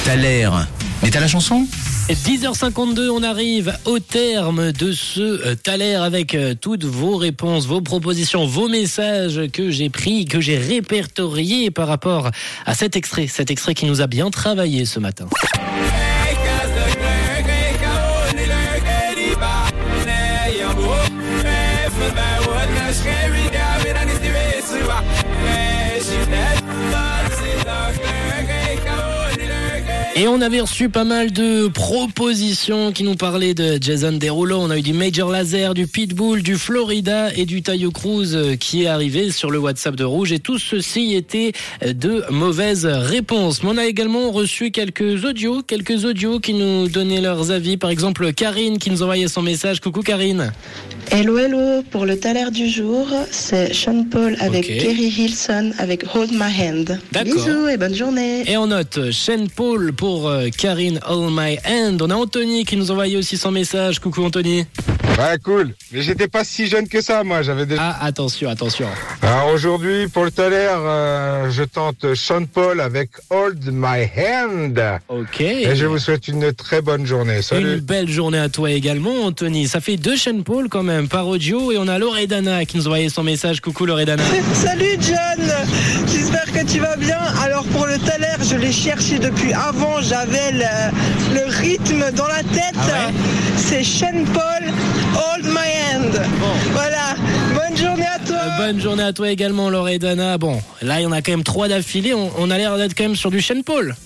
T'as l'air. Mais t'as la chanson ? 10h52, on arrive au terme de ce Thaler avec toutes vos réponses, vos propositions, vos messages que j'ai pris, que j'ai répertoriés par rapport à cet extrait qui nous a bien travaillé ce matin. Et on avait reçu pas mal de propositions qui nous parlaient de Jason Derulo. On a eu du Major Lazer, du Pitbull, du Florida et du Taio Cruz qui est arrivé sur le WhatsApp de Rouge. Et tout ceci était de mauvaises réponses. Mais on a également reçu quelques audios qui nous donnaient leurs avis. Par exemple, Karine qui nous envoyait son message. Coucou Karine. Hello, pour le Thaler du jour, c'est Sean Paul avec Kerry Hilson avec Hold My Hand. D'accord. Bisous et bonne journée. Et on note Sean Paul pour Karine Hold My Hand. On a Anthony qui nous envoyait aussi son message. Coucou Anthony. Ouais, cool. Mais j'étais pas si jeune que ça, moi. J'avais déjà... Ah, attention. Alors aujourd'hui, pour le Thaler, je tente Sean Paul avec Hold My Hand. Ok. Et je vous souhaite une très bonne journée. Salut. Une belle journée à toi également, Anthony. Ça fait 2 Sean Paul quand même par audio. Et on a Loredana qui nous envoyait son message. Coucou Loredana. Salut John. J'espère que tu vas bien. Alors pour le Thaler, je l'ai cherché depuis avant. J'avais le rythme dans la tête. Ah ouais. C'est Sean Paul, Hold My Hand. Bon. Voilà. Bonne journée à toi. Bonne journée à toi également, Loredana. Bon, là, il y en a quand même 3 d'affilée. On a l'air d'être quand même sur du Sean Paul.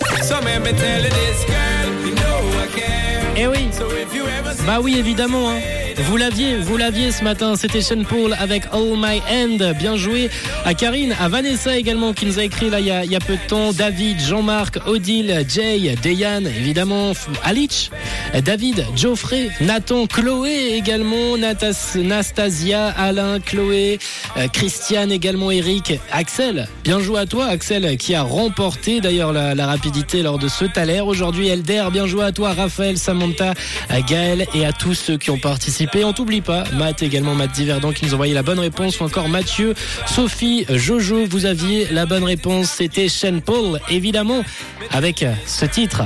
Eh oui. Bah oui, évidemment. Vous l'aviez ce matin. C'était Sean Paul avec All My Hand. Bien joué à Karine, à Vanessa également qui nous a écrit là il y a peu de temps. David, Jean-Marc, Odile, Jay, Deyan, évidemment, Alice, David, Geoffrey, Nathan, Chloé également, Nastasia, Alain, Chloé, Christiane également, Eric, Axel. Bien joué à toi, Axel, qui a remporté d'ailleurs la rapidité lors de ce Thaler. Aujourd'hui, Elder, bien joué à toi, Raphaël, Samantha, Gaël et à tous ceux qui ont participé. On t'oublie pas, Matt également, Matt Diverdon qui nous envoyait la bonne réponse, ou encore Mathieu, Sophie, Jojo, vous aviez la bonne réponse, c'était Sean Paul, évidemment, avec ce titre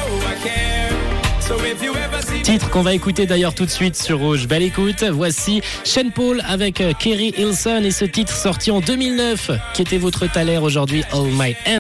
qu'on va écouter d'ailleurs tout de suite sur Rouge. Belle écoute, voici Sean Paul avec Kerry Hilson et ce titre sorti en 2009 qui était votre Thaler aujourd'hui, All My Hand.